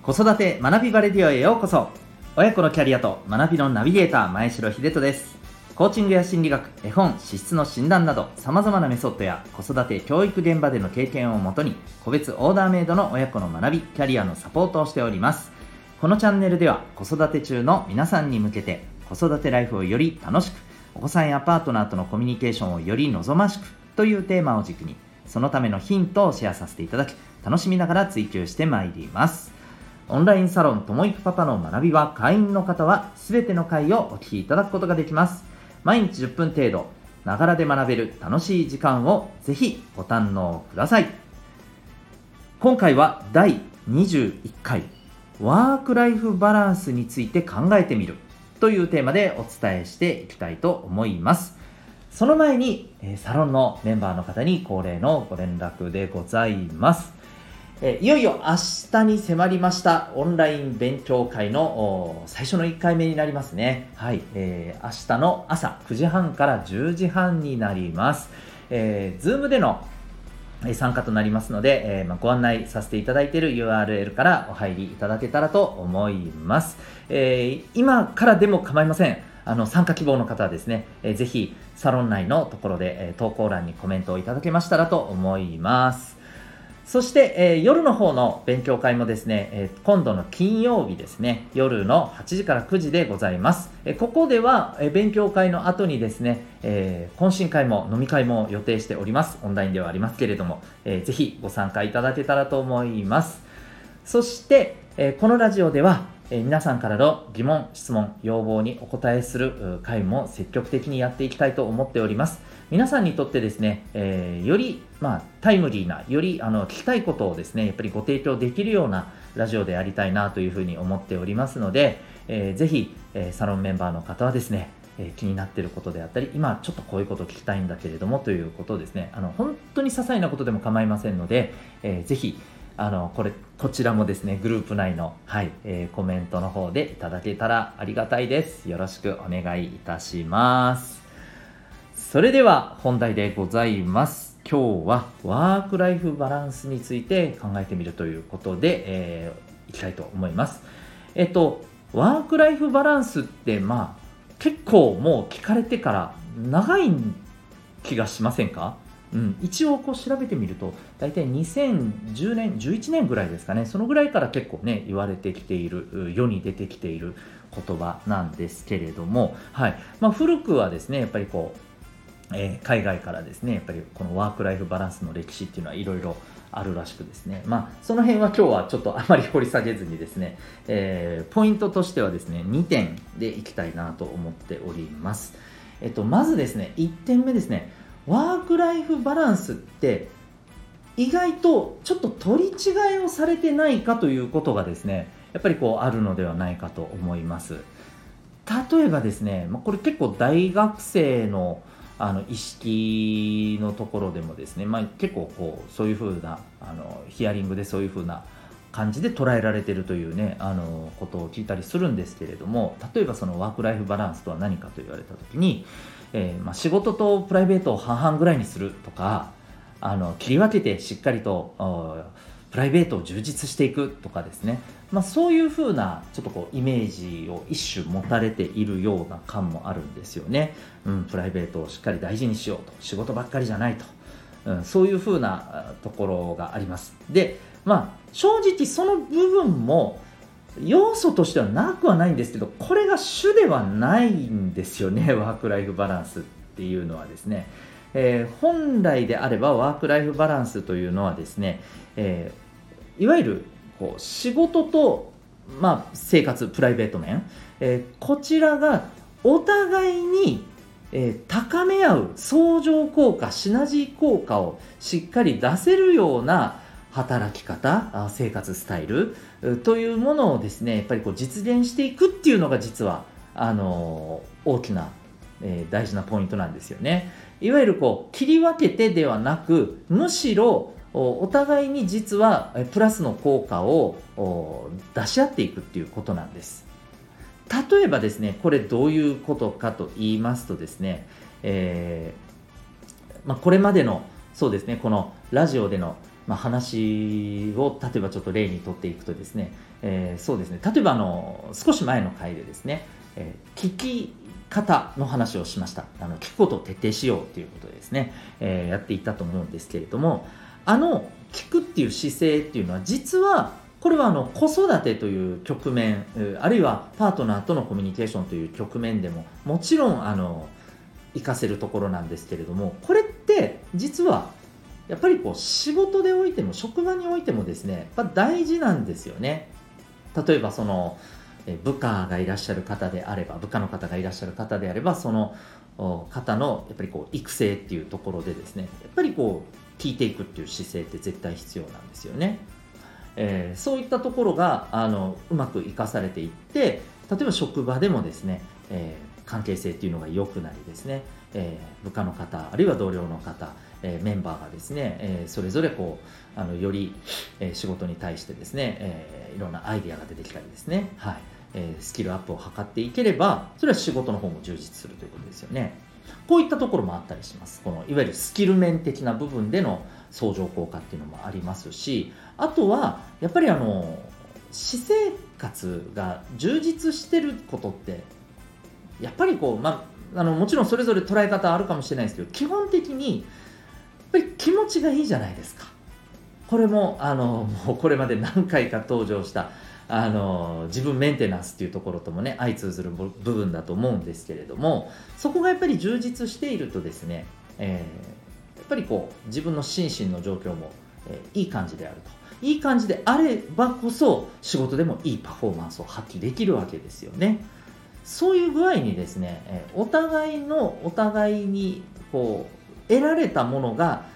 子育て学びバレディオへようこそ。親子のキャリアと学びのナビゲーター前城秀人です。コーチングや心理学、絵本、資質の診断など様々なメソッドや子育て教育現場での経験をもとに個別オーダーメイドの親子の学び、キャリアのサポートをしております。このチャンネルでは子育て中の皆さんに向けて子育てライフをより楽しく、お子さんやパートナーとのコミュニケーションをより望ましくというテーマを軸に、そのためのヒントをシェアさせていただき、楽しみながら追求してまいります。オンラインサロンともいくパパの学びは、会員の方はすべての回をお聞きいただくことができます。毎日10分程度、ながらで学べる楽しい時間をぜひご堪能ください。今回は第21回ワークライフバランスについて考えてみるというテーマでお伝えしていきたいと思います。その前にサロンのメンバーの方に恒例のご連絡でございます。いよいよ明日に迫りましたオンライン勉強会の最初の1回目になりますね。はい、明日の朝9時半から10時半になります。Zoom での参加となりますので、ご案内させていただいている URL からお入りいただけたらと思います。今からでも構いません。参加希望の方はですね、ぜひサロン内のところで、投稿欄にコメントをいただけましたらと思います。そして、夜の方の勉強会もですね、今度の金曜日ですね、夜の8時から9時でございます。ここでは、勉強会の後にですね、懇親会も飲み会も予定しております。オンラインではありますけれども、ぜひご参加いただけたらと思います。そして、このラジオでは、皆さんからの疑問、質問、要望にお答えする回も積極的にやっていきたいと思っております。皆さんにとってですね、より、タイムリーな、より聞きたいことをですね、やっぱりご提供できるようなラジオでありたいなというふうに思っておりますので、ぜひ、サロンメンバーの方はですね、気になっていることであったり、今ちょっとこういうことを聞きたいんだけれどもということをですね、本当に些細なことでも構いませんので、ぜひこちらもですね、グループ内の、コメントの方でいただけたらありがたいです。よろしくお願いいたします。それでは本題でございます。今日はワークライフバランスについて考えてみるということで、いきたいと思います。ワークライフバランスって結構もう聞かれてから長い気がしませんか？一応調べてみると大体2010年11年ぐらいですかね、そのぐらいから結構ね言われてきている、世に出てきている言葉なんですけれども、古くはですねやっぱり海外からですねやっぱりこのワークライフバランスの歴史っていうのはいろいろあるらしくですね、その辺は今日はちょっとあまり掘り下げずにですね、ポイントとしてはですね2点でいきたいなと思っております。まずですね1点目ですね、ワークライフバランスって意外とちょっと取り違いをされてないかということがですねやっぱりあるのではないかと思います。例えばですね、これ結構大学生の意識のところでもですね、結構そういう風なヒアリングでそういう風な感じで捉えられているというねことを聞いたりするんですけれども、例えばそのワークライフバランスとは何かと言われた時に、仕事とプライベートを半々ぐらいにするとか、切り分けてしっかりとプライベートを充実していくとかですね、そういう風なちょっとイメージを一種持たれているような感もあるんですよね。プライベートをしっかり大事にしようと、仕事ばっかりじゃないと、そういう風なところがあります。で、正直その部分も要素としてはなくはないんですけど、これが主ではないんですよね。ワークライフバランスっていうのはですね、本来であればワークライフバランスというのはですね、いわゆる仕事と、生活プライベート面、こちらがお互いに、高め合う相乗効果、シナジー効果をしっかり出せるような働き方、生活スタイルというものをですねやっぱり実現していくっていうのが実は大きな、大事なポイントなんですよね。いわゆる切り分けてではなく、むしろお互いに実はプラスの効果を出し合っていくっていうことなんです。例えばですね、これどういうことかと言いますとですね、これまでのそうですねこのラジオでの話を例えばちょっと例にとっていくとですね、そうですね、例えば少し前の回でですね、聞き方の話をしました。聞くことを徹底しようということでですね、やっていったと思うんですけれども、聞くっていう姿勢っていうのは実はこれは子育てという局面、あるいはパートナーとのコミュニケーションという局面でももちろん活かせるところなんですけれども、これって実はやっぱり仕事でおいても職場においてもですね、やっぱ大事なんですよね。例えば部下がいらっしゃる方であれば、部下の方がいらっしゃる方であれば、その方のやっぱり育成っていうところでですね、やっぱり聞いていくっていう姿勢って絶対必要なんですよね。そういったところがうまく生かされていって、例えば職場でもですね、関係性っていうのが良くなりですね、部下の方あるいは同僚の方、メンバーがですね、それぞれより、仕事に対してですね、いろんなアイデアが出てきたりですね、スキルアップを図っていければ、それは仕事の方も充実するということですよね。こういったところもあったりします。いわゆるスキル面的な部分での相乗効果っていうのもありますし、あとはやっぱり私生活が充実してることってやっぱりもちろんそれぞれ捉え方あるかもしれないですけど、基本的にやっぱり気持ちがいいじゃないですか。これももうこれまで何回か登場した自分メンテナンスっていうところともね相通ずる部分だと思うんですけれども、そこがやっぱり充実しているとですね、やっぱり自分の心身の状況も、いい感じであると、いい感じであればこそ仕事でもいいパフォーマンスを発揮できるわけですよね。そういう具合にですね、お互いに得られたものが、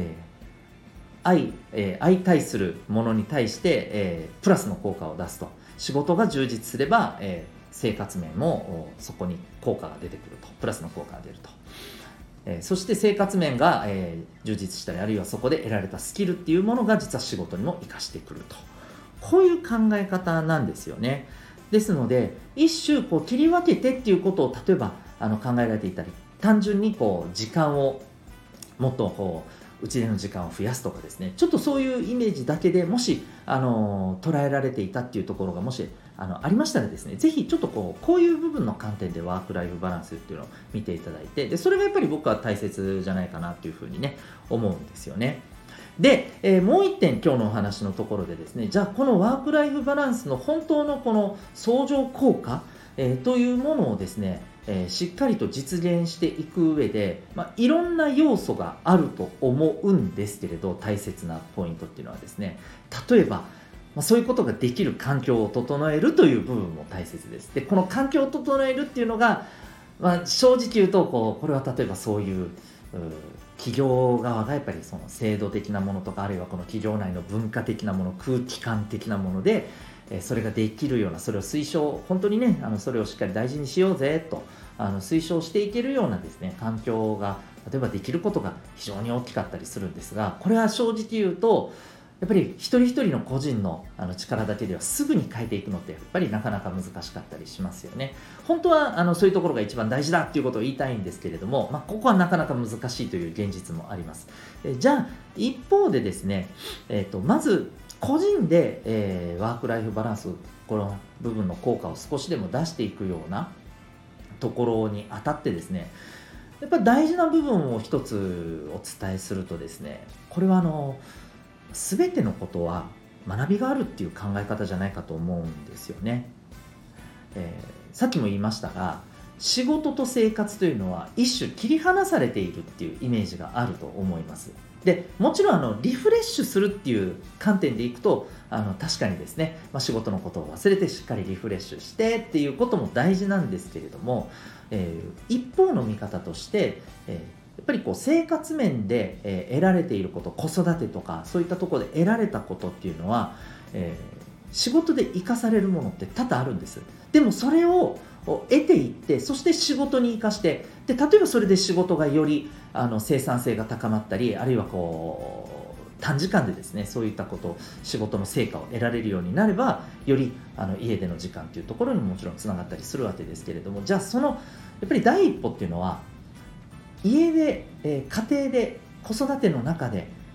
相対するものに対して、プラスの効果を出すと。仕事が充実すれば、生活面もそこに効果が出てくると、プラスの効果が出ると。そして生活面が、充実したり、あるいはそこで得られたスキルっていうものが実は仕事にも活かしてくると。こういう考え方なんですよね。ですので、一種切り分けてっていうことを例えば考えられていたり、単純に時間をもっとうちでの時間を増やすとかですね、ちょっとそういうイメージだけでもし捉えられていたっていうところがもしありましたらですね、ぜひちょっとこういう部分の観点でワークライフバランスっていうのを見ていただいて、でそれがやっぱり僕は大切じゃないかなっていうふうにね思うんですよね。で、もう一点今日のお話のところでですね、じゃあこのワークライフバランスの本当のこの相乗効果、というものをですね、しっかりと実現していく上で、いろんな要素があると思うんですけれど、大切なポイントっていうのはですね、例えば、そういうことができる環境を整えるという部分も大切です。でこの環境を整えるっていうのが、正直言うとこれは例えばそういう企業側がやっぱりその制度的なものとか、あるいはこの企業内の文化的なもの、空気感的なものでそれができるような、それを推奨、本当にねそれをしっかり大事にしようぜと推奨していけるようなですね環境が例えばできることが非常に大きかったりするんですが、これは正直言うとやっぱり一人一人の個人の力だけではすぐに変えていくのってやっぱりなかなか難しかったりしますよね。本当はそういうところが一番大事だっていうことを言いたいんですけれども、ここはなかなか難しいという現実もあります。じゃあ一方でですね、まず個人で、ワークライフバランス、この部分の効果を少しでも出していくようなところにあたってですね、やっぱり大事な部分を一つお伝えするとですね、これは全てのことは学びがあるっていう考え方じゃないかと思うんですよね。さっきも言いましたが、仕事と生活というのは一種切り離されているっていうイメージがあると思います。でもちろんリフレッシュするっていう観点でいくと確かにですね、仕事のことを忘れてしっかりリフレッシュしてっていうことも大事なんですけれども、一方の見方として、やっぱり生活面で、得られていること、子育てとかそういったところで得られたことっていうのは、仕事で生かされるものって多々あるんです。でもそれを得ていって、そして仕事に生かして、で例えばそれで仕事がより生産性が高まったり、あるいは短時間でですねそういったこと仕事の成果を得られるようになれば、より家での時間というところにもちろんつながったりするわけですけれども、じゃあやっぱり第一歩っていうのは家で、家庭で子育ての中で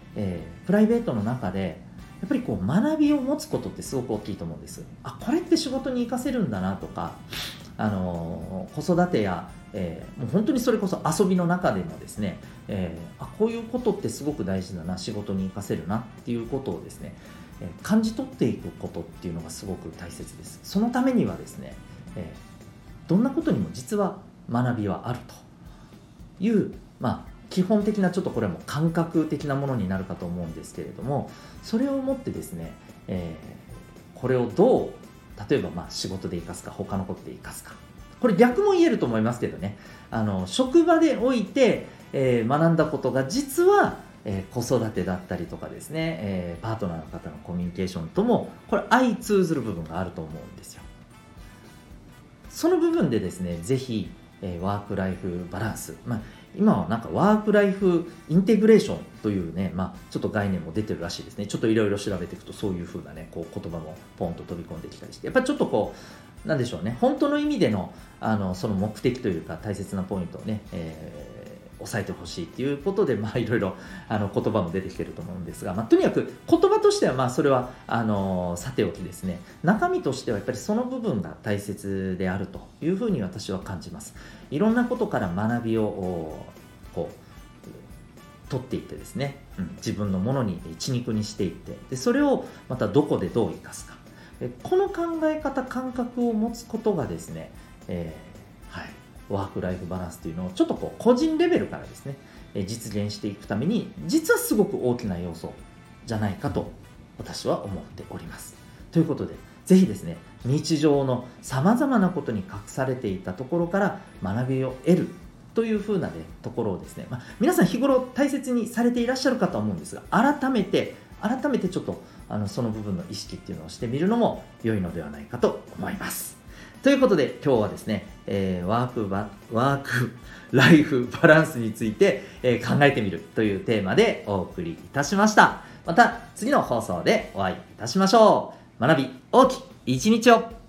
プライベートの中でやっぱりこう学びを持つことってすごく大きいと思うんです。これって仕事に活かせるんだなとか、子育てや、もう本当にそれこそ遊びの中でもですね、こういうことってすごく大事だな、仕事に活かせるなっていうことをですね、感じ取っていくことっていうのがすごく大切です。そのためにはですね、どんなことにも実は学びはあるという、基本的なちょっとこれも感覚的なものになるかと思うんですけれども、それをもってですね、これをどう例えば仕事で生かすか他のことで生かすか、これ逆も言えると思いますけどね、職場でおいて、学んだことが実は、子育てだったりとかですね、パートナーの方のコミュニケーションともこれ相通ずる部分があると思うんですよ。その部分でですね、ぜひ、ワークライフバランス、今はなんかワークライフインテグレーションというね、ちょっと概念も出てるらしいですね。ちょっといろいろ調べていくとそういう風なね、こう言葉もポンと飛び込んできたりして、やっぱりちょっとこうなんでしょうね、本当の意味でのその目的というか大切なポイントをね、押さえてほしいっていうことで、いろいろ言葉も出てきてると思うんですが、とにかく言葉としてはそれはさておきですね、中身としてはやっぱりその部分が大切であるというふうに私は感じます。いろんなことから学びをこう取っていってですね、自分のものに血肉にしていって、でそれをまたどこでどう生かすか、この考え方感覚を持つことがですね、ワークライフバランスというのをちょっとこう個人レベルからですね、実現していくために実はすごく大きな要素じゃないかと私は思っております。ということで、ぜひですね、日常のさまざまなことに隠されていたところから学びを得るというふうな、ところをですね、皆さん日頃大切にされていらっしゃるかと思うんですが、改めてちょっとその部分の意識っていうのをしてみるのも良いのではないかと思います。ということで今日はですね、ワークライフバランスについて、考えてみるというテーマでお送りいたしました。また次の放送でお会いいたしましょう。学び大きい一日を。